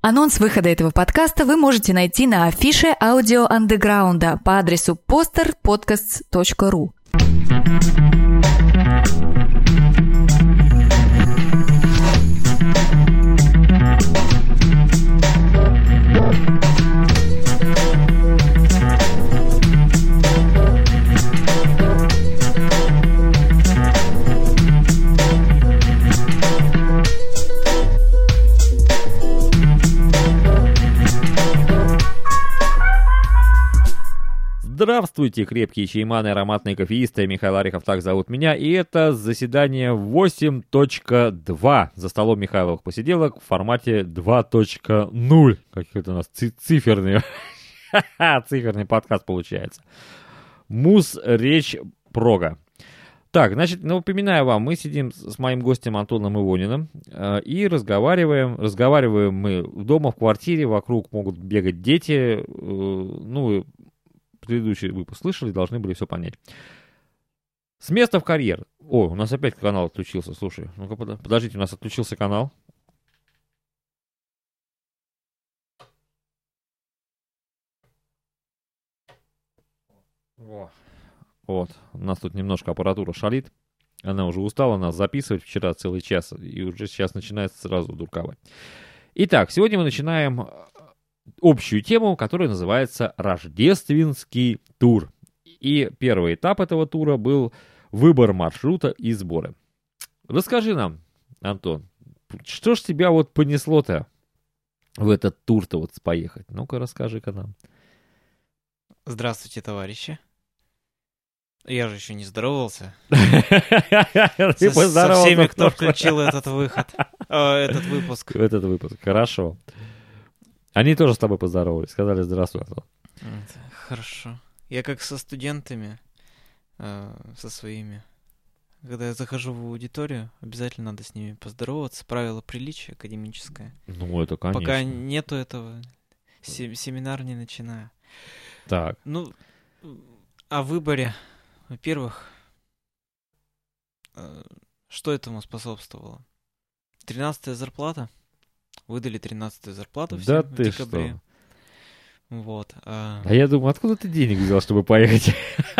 Анонс выхода этого подкаста вы можете найти на афише аудио андеграунда по адресу posterpodcasts.ru. Здравствуйте, крепкие чайманы, ароматные кофеисты. Михаил Орехов, так зовут меня. И это заседание 8.2 за столом Михайловых посиделок в формате 2.0. Какой-то у нас циферный подкаст получается. Мус, речь, прога. Так, значит, напоминаю вам, мы сидим с моим гостем Антоном Ивониным и разговариваем мы дома, в квартире, вокруг могут бегать дети, предыдущий выпуск слышали, должны были все понять. С места в карьер. О, у нас опять канал отключился, слушай. Ну-ка, подождите, у нас отключился канал. Вот, у нас тут немножко аппаратура шалит. Она уже устала нас записывать вчера целый час, и уже сейчас начинается сразу дурковать. Итак, сегодня мы начинаем общую тему, которая называется «Рождественский тур». И первый этап этого тура был выбор маршрута и сборы. Расскажи нам, Антон, что ж тебя вот понесло-то в этот тур-то вот поехать? Ну-ка, расскажи-ка нам. Здравствуйте, товарищи. Я же еще не здоровался. Со всеми, кто включил этот выпуск. Этот выпуск, хорошо. Они тоже с тобой поздоровались, сказали здравствуй, Антон. Хорошо. Я как со студентами, со своими. Когда я захожу в аудиторию, обязательно надо с ними поздороваться. Правило приличия академическое. Ну, это конечно. Пока нету этого, семинар не начинаю. Так. Ну, о выборе. Во-первых, что этому способствовало? 13-я зарплата. Выдали 13-ю зарплату всем в декабре. Что? Вот. А я думаю, откуда ты денег взял, чтобы поехать?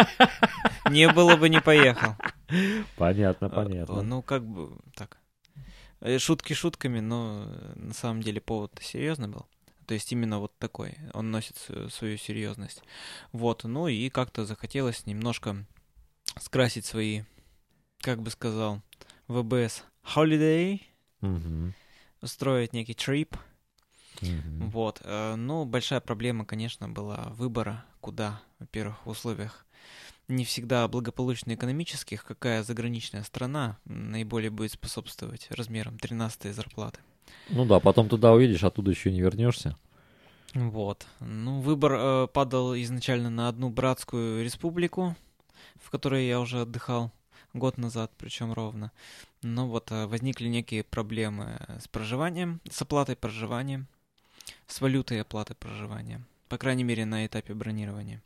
Не было бы, не поехал. Понятно. Ну, как бы так. Шутки шутками, но на самом деле повод серьезный был. То есть именно вот такой. Он носит свою серьезность. Вот. Ну и как-то захотелось немножко скрасить свои, как бы сказал, ВБС holiday. Угу. Устроить некий трип. Вот. Ну, большая проблема, конечно, была выбора, куда. Во-первых, в условиях не всегда благополучно экономических, какая заграничная страна наиболее будет способствовать размерам 13-й зарплаты. Ну да, потом туда уедешь, оттуда еще не вернешься. Вот. Ну, выбор падал изначально на одну братскую республику, в которой я уже отдыхал год назад, причем ровно. Но вот возникли некие проблемы с проживанием, с оплатой проживания, с валютой оплаты проживания. По крайней мере, на этапе бронирования.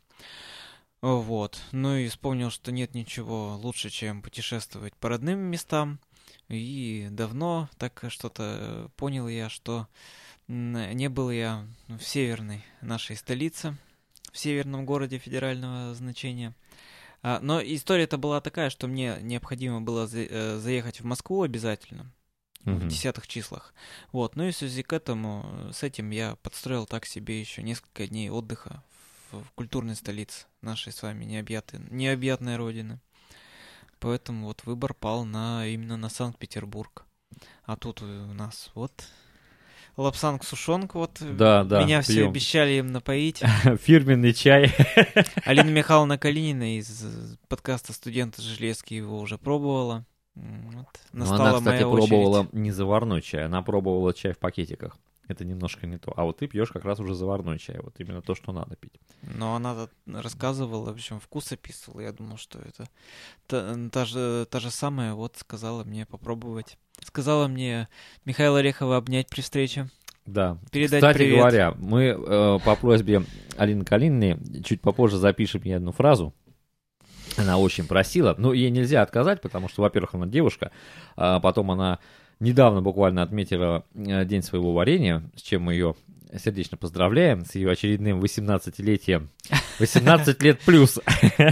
Вот. Ну и вспомнил, что нет ничего лучше, чем путешествовать по родным местам. И давно так что-то понял я, что не был я в северной нашей столице, в северном городе федерального значения. Но история-то была такая, что мне необходимо было заехать в Москву обязательно, в 10-х числах. Вот, ну и в связи с этим я подстроил так себе еще несколько дней отдыха в культурной столице нашей с вами необъятной родины. Поэтому вот выбор пал именно на Санкт-Петербург. А тут у нас вот лапсанг-сушонка, вот да, меня все пьем. обещали им напоить. Фирменный чай. Алина Михайловна Калинина из подкаста «Студенты Железки» его уже пробовала. Вот. Настала, она, кстати, моя пробовала очередь. не заварной чай, она пробовала чай в пакетиках. Это немножко не то. А вот ты пьешь как раз уже заварной чай. Вот именно то, что надо пить. Но она рассказывала, в общем, вкус описывала. Я думал, что это та же самая. Вот сказала мне попробовать. Сказала мне Михаила Орехова обнять при встрече. Да. Передать Кстати привет. говоря, мы по просьбе Алины Калининой чуть попозже запишем ей одну фразу. Она очень просила. Но ей нельзя отказать, потому что, во-первых, она девушка, а потом она недавно буквально отметила день своего варенья, с чем мы ее сердечно поздравляем, с ее очередным 18-летием. 18 лет плюс.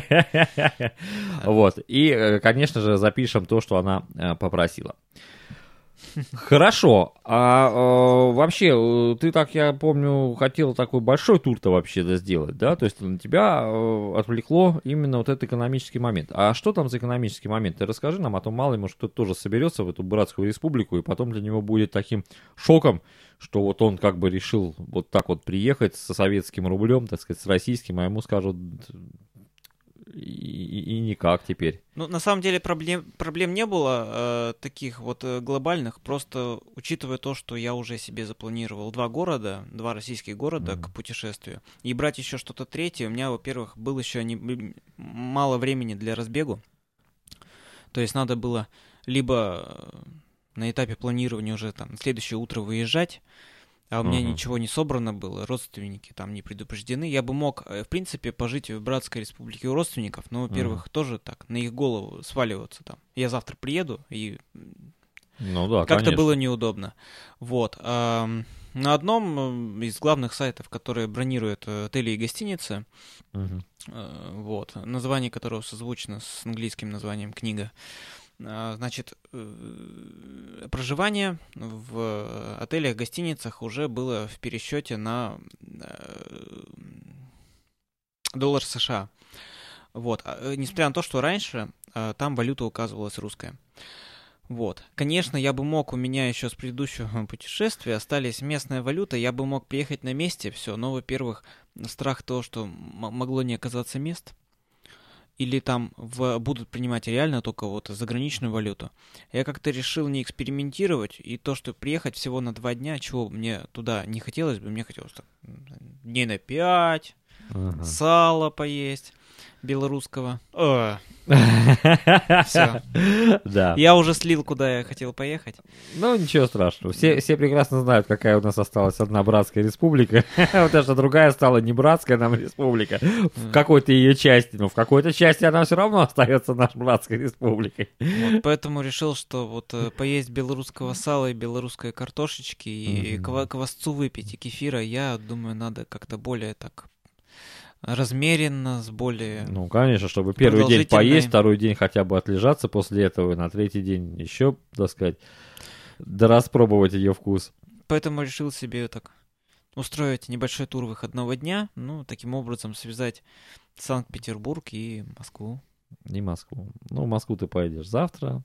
Вот. И, конечно же, запишем то, что она попросила. Хорошо. А вообще, ты, так я помню, хотел такой большой тур-то вообще сделать, да? То есть на тебя отвлекло именно вот этот экономический момент. А что там за экономический момент? Ты расскажи нам, а то мало ли, может, кто-то тоже соберется в эту братскую республику, и потом для него будет таким шоком, что вот он как бы решил вот так вот приехать со советским рублем, так сказать, с российским, а ему скажут... И никак теперь. Ну, на самом деле проблем не было таких вот глобальных, просто учитывая то, что я уже себе запланировал два российских города к путешествию, и брать еще что-то третье, у меня, во-первых, было еще мало времени для разбегу, то есть надо было либо на этапе планирования уже там на следующее утро выезжать, а у меня ничего не собрано было, родственники там не предупреждены. Я бы мог, в принципе, пожить в Братской Республике у родственников, но, во-первых, тоже так, на их голову сваливаться там. Я завтра приеду, и как-то конечно. было неудобно. Вот. На одном из главных сайтов, которые бронируют отели и гостиницы, вот, название которого созвучно с английским названием «Книга», значит, проживание в отелях, гостиницах уже было в пересчете на доллар США. Вот. Несмотря на то, что раньше там валюта указывалась русская. Вот. Конечно, я бы мог, у меня еще с предыдущего путешествия остались местная валюта, я бы мог приехать на месте, все, но, во-первых, страх того, что могло не оказаться мест, или там будут принимать реально только вот заграничную валюту. Я как-то решил не экспериментировать, и то, что приехать всего на 2 дня, чего мне туда не хотелось бы, мне хотелось так, дней на 5, сало поесть белорусского. Все. Да. Я уже слил, куда я хотел поехать. Ну, ничего страшного. Все прекрасно знают, какая у нас осталась одна братская республика. Вот эта другая стала не братская нам республика. В какой-то ее части. Но в какой-то части она все равно остается нашей братской республикой. Вот, поэтому решил, что вот поесть белорусского сала и белорусской картошечки, и квасцу выпить, и кефира, я думаю, надо как-то более так... размеренно, с более... Ну, конечно, чтобы первый день поесть, второй день хотя бы отлежаться после этого, и на третий день еще, так сказать, распробовать ее вкус. Поэтому решил себе так устроить небольшой тур выходного дня, ну, таким образом связать Санкт-Петербург и Москву. И Москву. Ну, в Москву ты поедешь завтра.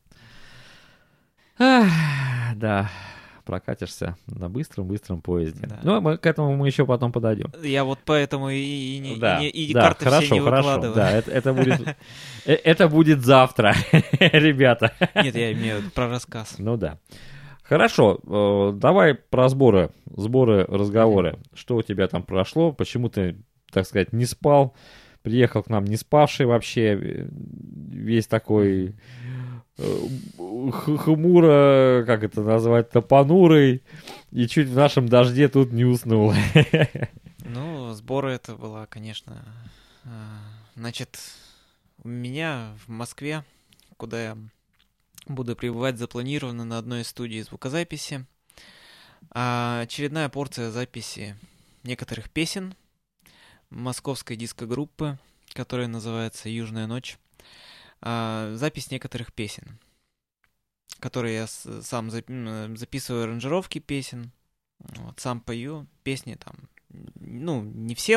Да... прокатишься на быстром поезде. Да. Ну, к этому мы еще потом подойдем. Я вот поэтому и карты хорошо, все не выкладываю. Да, это будет завтра, ребята. Нет, я имею в виду про рассказ. Ну да. Хорошо, давай про сборы, разговоры. Что у тебя там прошло? Почему ты, так сказать, не спал? Приехал к нам не спавший вообще, весь такой... хмуро, как это назвать-то, понурый, и чуть в нашем дожде тут не уснул. Ну, сборы это было, конечно. Значит, у меня в Москве, куда я буду пребывать, запланировано на одной из студий звукозаписи очередная порция записи некоторых песен московской диско-группы, которая называется «Южная ночь». Запись некоторых песен, которые я сам записываю, аранжировки песен, вот, сам пою, песни там, ну, не все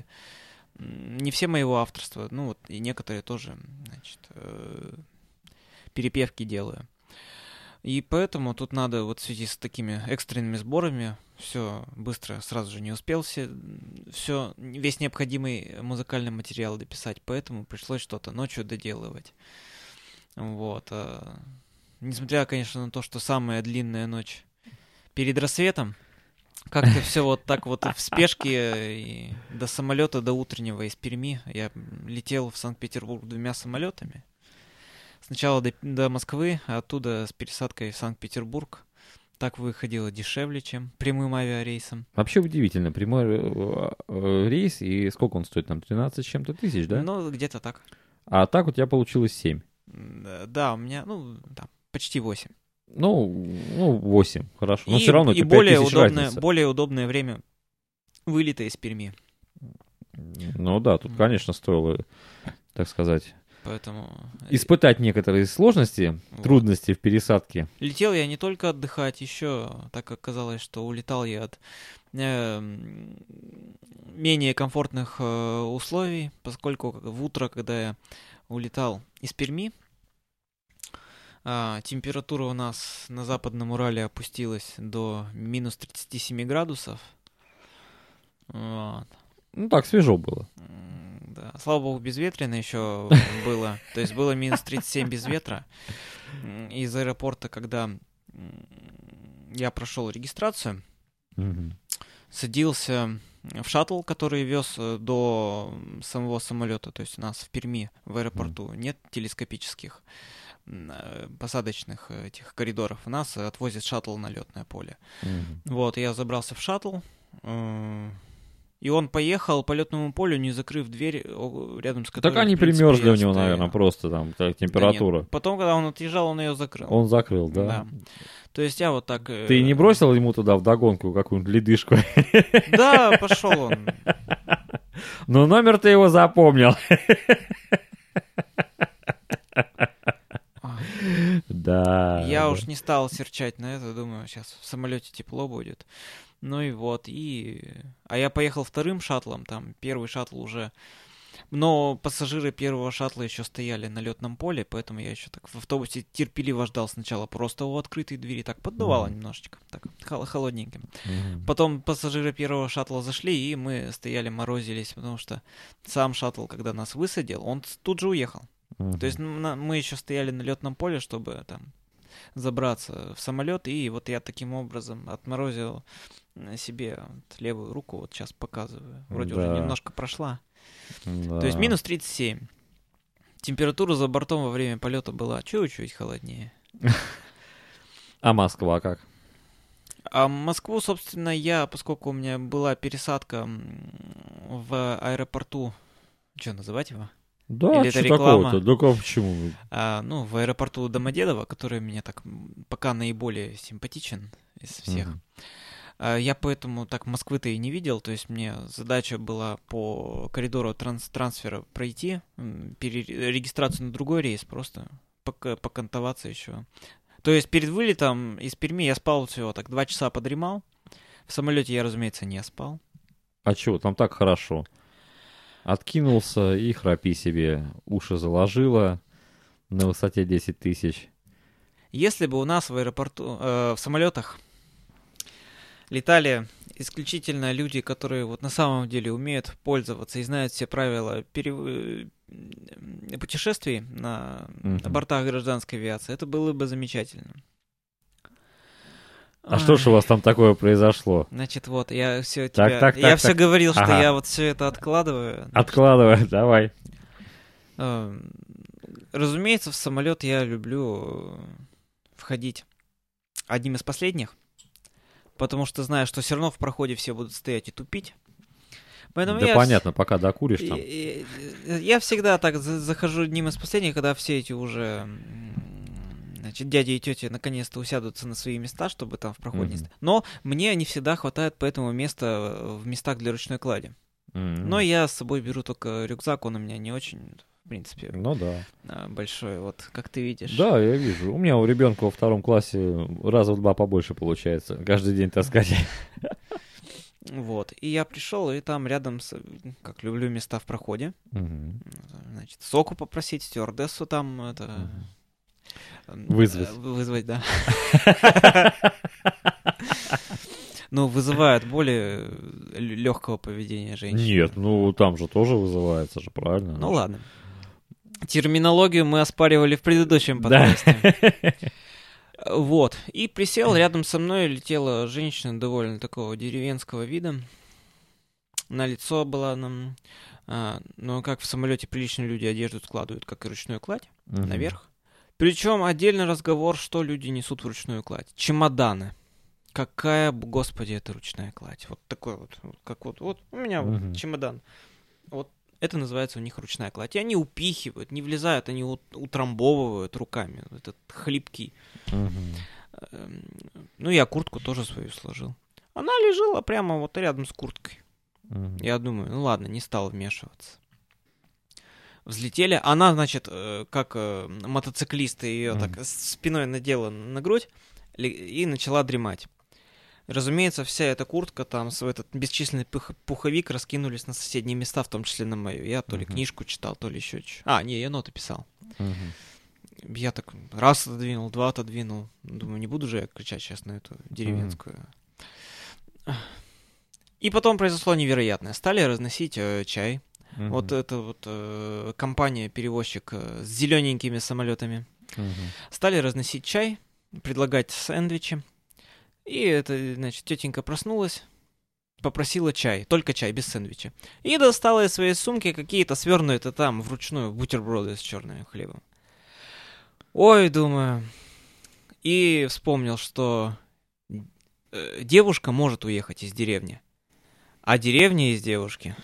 моего авторства, ну, вот, и некоторые тоже, значит, перепевки делаю. И поэтому тут надо вот в связи с такими экстренными сборами все быстро, сразу же не успел весь необходимый музыкальный материал дописать, поэтому пришлось что-то ночью доделывать. Вот. Несмотря, конечно, на то, что самая длинная ночь перед рассветом, как-то все вот так вот в спешке и до самолета, до утреннего из Перми. Я летел в Санкт-Петербург 2 самолетами. Сначала до Москвы, а оттуда с пересадкой в Санкт-Петербург. Так выходило дешевле, чем прямым авиарейсом. Вообще удивительно. Прямой рейс, и сколько он стоит? Там 13 с чем-то тысяч, да? Ну, где-то так. А так у тебя получилось 7. Да, у меня, ну, да, почти 8. Ну, 8, хорошо. Но И, все равно и это 5000 разница. более удобное время вылета из Перми. Ну да, тут, конечно, стоило, так сказать, Поэтому испытать некоторые сложности, Вот. трудности в пересадке. летел я не только отдыхать, еще так оказалось, что улетал я от менее комфортных условий, поскольку в утро, когда я улетал из Перми, температура у нас на Западном Урале опустилась до минус 37 градусов. Вот. Ну так, свежо было. Да. Слава богу, безветренно еще было. То есть было минус 37 без ветра. Из аэропорта, когда я прошел регистрацию, Мгм. садился в шаттл, который вез до самого самолета. То есть у нас в Перми, в аэропорту, нет телескопических посадочных этих коридоров. У нас отвозит шаттл на летное поле. Мгм. Вот, я забрался в шаттл, и он поехал по летному полю, не закрыв дверь, рядом с которой... Так они в принципе, примерзли я у него, стоял. наверное, просто там так, Да нет, температура. потом, когда он отъезжал, он ее закрыл. Он закрыл, да? Да. То есть я вот так... Ты не бросил ему туда вдогонку какую-нибудь ледышку? Да, пошел он. Но номер ты его запомнил. Да. Я уж не стал серчать на это, думаю, сейчас в самолете тепло будет. Ну и вот, А я поехал вторым шаттлом, там первый шаттл уже... Но пассажиры первого шаттла еще стояли на летном поле, поэтому я еще так в автобусе терпеливо ждал сначала просто у открытой двери, так поддувало немножечко, так холодненьким. Мгм. Потом пассажиры первого шаттла зашли, и мы стояли, морозились, потому что сам шаттл, когда нас высадил, он тут же уехал. Мгм. То есть мы еще стояли на летном поле, чтобы там забраться в самолет, и вот я таким образом отморозил себе вот левую руку, вот сейчас показываю. Вроде уже Да. немножко прошла. Да. То есть минус 37. Температура за бортом во время полета была чуть-чуть холоднее. А Москва как? А Москву, собственно, поскольку у меня была пересадка в аэропорту, что называть его? Да, Или это что реклама? такого-то? Да как, почему? В аэропорту Домодедово, который мне так пока наиболее симпатичен из всех. Мгм. Я поэтому так Москвы-то и не видел, то есть мне задача была по коридору трансфера пройти, регистрацию на другой рейс, просто покантоваться еще. То есть перед вылетом из Перми я спал всего так 2 часа подремал, в самолете я, разумеется, не спал. А чего, там так хорошо. Откинулся и храпи себе. Уши заложило на высоте 10 тысяч. Если бы у нас в аэропорту, в самолетах летали исключительно люди, которые вот на самом деле умеют пользоваться и знают все правила путешествий на бортах гражданской авиации, это было бы замечательно. А что ж у вас там такое произошло? Значит, вот, я все так. говорил, что Ага. я вот все это откладываю. Откладывай, давай. Разумеется, в самолет я люблю входить одним из последних, потому что знаю, что все равно в проходе все будут стоять и тупить. Поэтому Да понятно, пока докуришь там. Я всегда так захожу одним из последних, когда все эти уже значит, дяди и тети наконец-то усядутся на свои места, чтобы там в проходе не стоять. Но мне не всегда хватает поэтому места в местах для ручной клади. Но я с собой беру только рюкзак, он у меня не очень, в принципе, Ну да. большой, вот как ты видишь. Да, я вижу. У меня у ребенка во 2 классе раза в 2 побольше получается. Каждый день таскать. Вот. И я пришел, и там рядом, как люблю места в проходе, Мгм. значит, соку попросить, стюардессу там, это... Вызвать. Вызвать, да. Ну, вызывает более легкого поведения женщин. Нет, ну там же тоже вызывается же, правильно? Ну ладно. Терминологию мы оспаривали в предыдущем Да. подкасте. Вот. И присел, рядом со мной летела женщина довольно такого деревенского вида. На лицо была нам... Ну, как в самолете приличные люди одежду складывают, как и ручную кладь, Мгм. наверх. Причем отдельный разговор, что люди несут в ручную кладь. Чемоданы. Какая, господи, это ручная кладь. Вот такой вот, как вот у меня Мгм. вот чемодан. Вот это называется у них ручная кладь. И они упихивают, не влезают, они утрамбовывают руками. Этот хлипкий Ну, я куртку тоже свою сложил. Она лежала прямо вот рядом с курткой. Я думаю, ну ладно, не стал вмешиваться. Взлетели. Она, значит, как мотоциклист, ее так спиной надела на грудь и начала дремать. Разумеется, вся эта куртка, там, этот бесчисленный пуховик раскинулись на соседние места, в том числе на мою. Я то ли книжку читал, то ли еще что-то. Не, я ноты писал. Я так раз отодвинул, два отодвинул. Думаю, не буду же я кричать сейчас на эту деревенскую. И потом произошло невероятное. Стали разносить чай. Вот эта вот компания-перевозчик с зелененькими самолетами. Стали разносить чай, предлагать сэндвичи. И это, значит, тетенька проснулась, попросила чай, только чай, без сэндвича. И достала из своей сумки какие-то свернутые там вручную бутерброды с черным хлебом. Ой, думаю. И вспомнил, что девушка может уехать из деревни, а деревня из девушки.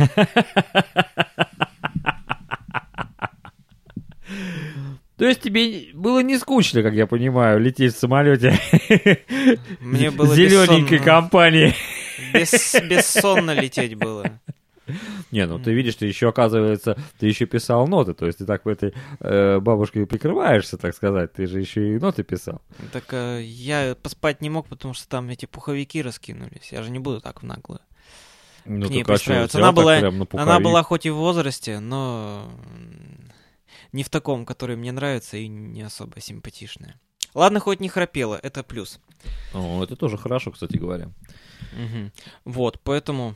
То есть тебе было не скучно, как я понимаю, лететь в самолете Мне было зелененькой компании. Бессонно лететь было. Не, ну ты видишь, ты еще, оказывается, ты еще писал ноты, то есть ты так этой бабушкой прикрываешься, так сказать, ты же еще и ноты писал. Так я поспать не мог, потому что там эти пуховики раскинулись, я же не буду так в наглую к ней пристраиваться. Она была хоть и в возрасте, но не в таком, который мне нравится и не особо симпатичная. Ладно, хоть не храпела, это плюс. О, это тоже хорошо, кстати говоря. Вот, поэтому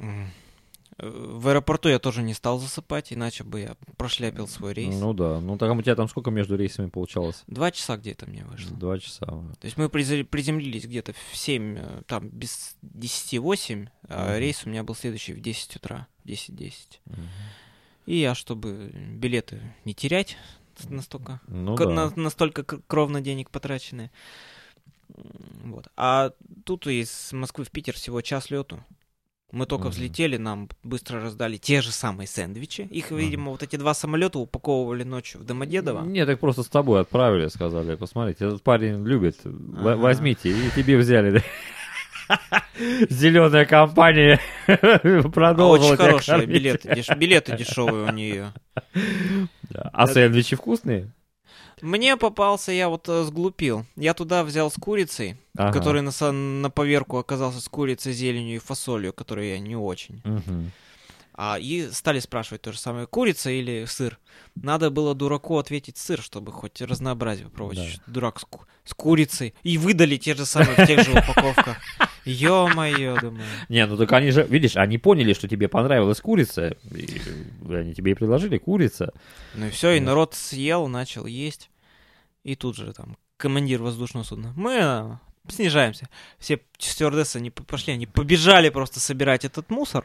в аэропорту я тоже не стал засыпать, иначе бы я прошляпил свой рейс. Ну да, ну так у тебя там сколько между рейсами получалось? 2 часа где-то мне вышло. 2 часа. То есть мы приземлились где-то в 7, там без 10-8, а рейс у меня был следующий в 10 утра, 10:10. И я, чтобы билеты не терять настолько, настолько кровно денег потраченные. Вот. А тут из Москвы в Питер всего час лету. Мы только взлетели, нам быстро раздали те же самые сэндвичи. Их, видимо, вот эти 2 самолета упаковывали ночью в Домодедово. Нет, так просто с тобой отправили, сказали, посмотрите, этот парень любит, возьмите, и тебе взяли. Зеленая компания продолжила. Очень хорошие билеты дешевые у нее. А сэндвичи вкусные? Мне попался, я вот сглупил. Я туда взял с курицей, который на поверку оказался с курицей, зеленью и фасолью, которую я не очень. И стали спрашивать то же самое, курица или сыр. Надо было дураку ответить сыр, чтобы хоть разнообразие попробовать. Да. Дурак с курицей. И выдали те же самые в тех же упаковках. Ё-моё, думаю. Не, ну так они же, видишь, они поняли, что тебе понравилась курица, и они тебе и предложили курица. Ну и все, и народ съел, начал есть. И тут же там командир воздушного судна. Мы снижаемся. Все стюардессы не пошли, они побежали просто собирать этот мусор.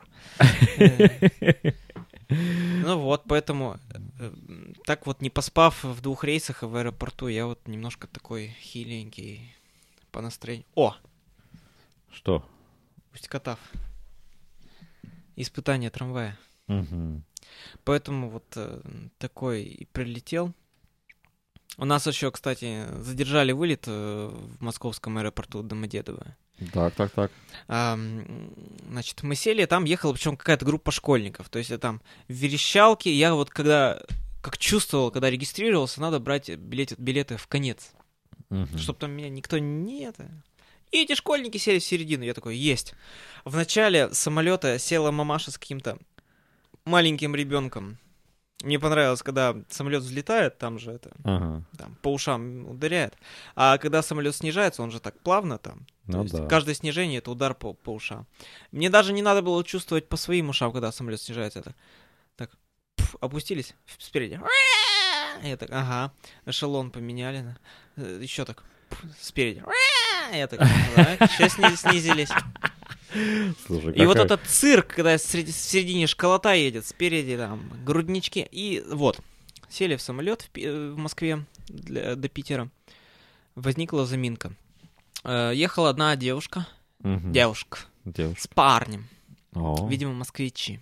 Ну вот, поэтому так вот, не поспав в 2 рейсах в аэропорту, я вот немножко такой хиленький по настроению. О! Что? Усть-Катав. Испытание трамвая. Поэтому вот такой и прилетел. У нас еще, кстати, задержали вылет в московском аэропорту Домодедово. Так. Значит, мы сели, там ехала причем какая-то группа школьников. То есть там верещалки. Я вот как чувствовал, когда регистрировался, надо брать билеты в конец. Чтобы там меня никто не... И эти школьники сели в середину. Я такой, есть. В начале самолета села мамаша с каким-то маленьким ребенком. Мне понравилось, когда самолет взлетает, там же это там, по ушам ударяет. А когда самолет снижается, он же так плавно там. То есть каждое снижение — это удар по ушам. Мне даже не надо было чувствовать по своим ушам, когда самолет снижается. Это так, опустились спереди. Я так, эшелон поменяли. Еще так, спереди. Я так, еще снизились. Слушай, и вот этот цирк, когда в середине школота едет, спереди там груднички. И вот, сели в самолет в Москве до Питера. Возникла заминка. Ехала одна девушка. Девушка. С парнем. Видимо, москвичи.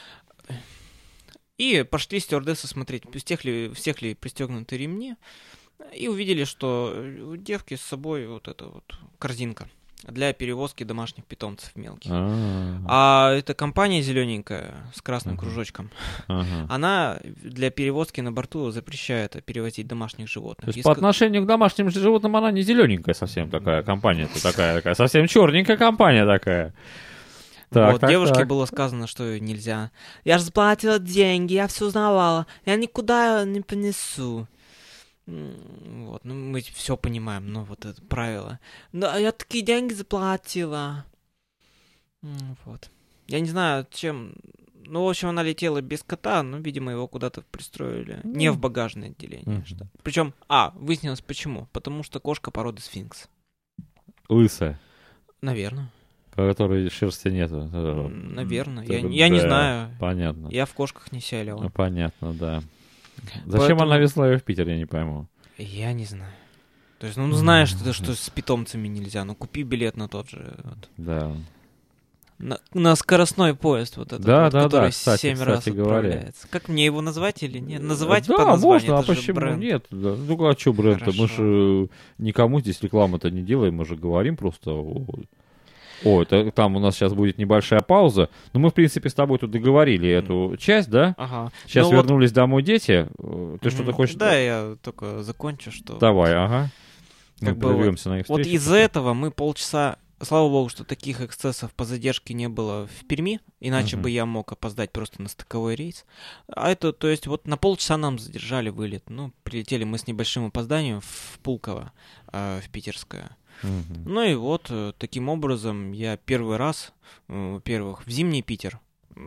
И пошли стюардессы смотреть, всех ли пристегнуты ремни. И увидели, что у девки с собой вот эта вот корзинка для перевозки домашних питомцев мелких. А эта компания зелененькая с красным кружочком, она для перевозки на борту запрещает перевозить домашних животных. То есть по отношению к домашним животным она не зелененькая совсем такая компания-то, такая совсем черненькая компания такая. Так, вот девушке было сказано, что нельзя. Я же заплатила деньги, я все узнавала, я никуда не понесу. Вот, ну мы все понимаем, но вот это правило. Да, я такие деньги заплатила. Вот. Я не знаю, чем... Ну, в общем, она летела без кота, но, видимо, его куда-то пристроили. Не в багажное отделение. Причем, выяснилось почему. Потому что кошка породы сфинкс. Лысая. Наверное. По которой шерсти нету. Наверное. Я не знаю. Понятно. Я в кошках не сялил. Понятно, да. Зачем она везла ее в Питер, я не пойму. Я не знаю. То есть, знаешь, что с питомцами нельзя. Ну, купи билет на тот же. Вот. Да. На скоростной поезд вот этот, который кстати, 7 раз отправляется. Как мне его назвать или нет? Называть по названию, можно, это почему бренд. нет? Да. Ну, а что бренд-то? Мы же никому здесь рекламу-то не делаем, мы же говорим просто... это там у нас сейчас будет небольшая пауза. Но мы, в принципе, с тобой тут договорили эту часть, да? Ага. Сейчас вернулись домой дети. Ты что-то хочешь... Да, я только закончу, что... Давай, ага. Мы прервемся на их встречу. Вот из-за этого мы полчаса... Слава богу, что таких эксцессов по задержке не было в Перми, иначе бы я мог опоздать просто на стыковой рейс. А это, то есть, вот на полчаса нам задержали вылет. Ну, прилетели мы с небольшим опозданием в Пулково, в Питерское. Ну и вот, таким образом, я первый раз, во-первых, в зимний Питер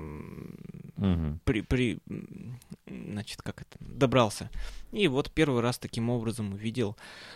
добрался. И вот первый раз таким образом увидел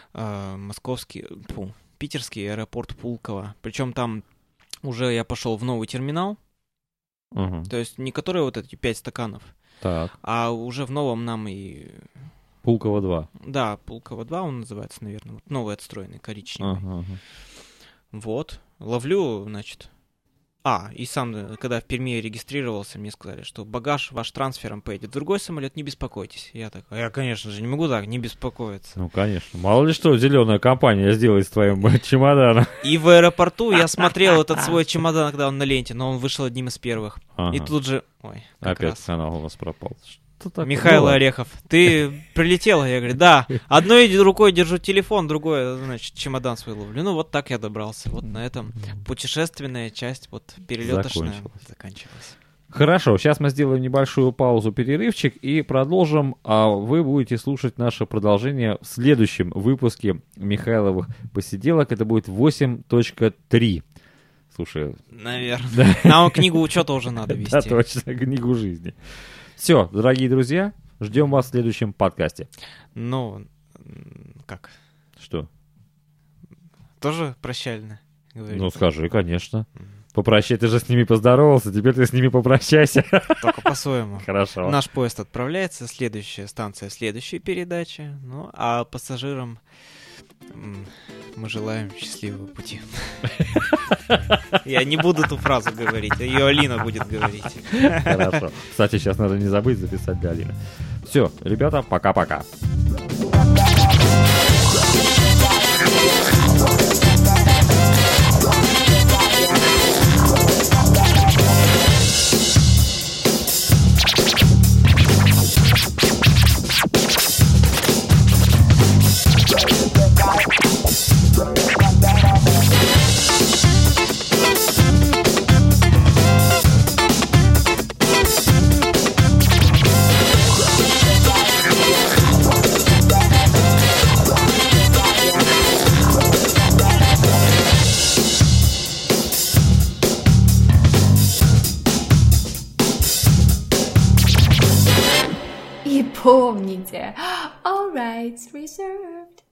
питерский аэропорт Пулково. Причем там уже я пошел в новый терминал. То есть не которые вот эти 5 стаканов, а уже в новом нам и... Пулково 2. Да, Пулково 2 он называется, наверное. Вот новый отстроенный, коричневый. Вот. Ловлю, значит... и сам, когда в Перми регистрировался, мне сказали, что багаж ваш трансфером поедет в другой самолет, не беспокойтесь. Я так, я, конечно же, не могу так не беспокоиться. Ну, конечно. Мало ли что зеленая компания сделает с твоим чемоданом. И в аэропорту я смотрел этот свой чемодан, когда он на ленте, но он вышел одним из первых. И тут же... Опять канал у нас пропал. Михаил Орехов, ты прилетел? Я говорю, да. Одной рукой держу телефон, другой, значит, чемодан свой ловлю. Ну, вот так я добрался. Вот на этом путешественная часть, вот перелетошная, заканчивалась. Хорошо, сейчас мы сделаем небольшую паузу, перерывчик и продолжим. А вы будете слушать наше продолжение в следующем выпуске Михайловых посиделок. Это будет 8.3. Слушай. Наверное. Нам книгу учета уже надо вести. Да, точно, книгу жизни. Все, дорогие друзья, ждем вас в следующем подкасте. Ну, как? Что? Тоже прощально? Говорит. Ну, скажи, конечно. Попрощай, ты же с ними поздоровался, теперь ты с ними попрощайся. Только по-своему. Хорошо. Наш поезд отправляется, следующая станция, следующей передачи. Ну, а пассажирам мы желаем счастливого пути. Я не буду эту фразу говорить, ее Алина будет говорить. Хорошо. Кстати, сейчас надо не забыть записать для Алины. Все, ребята, пока-пока. И помните, all rights reserved.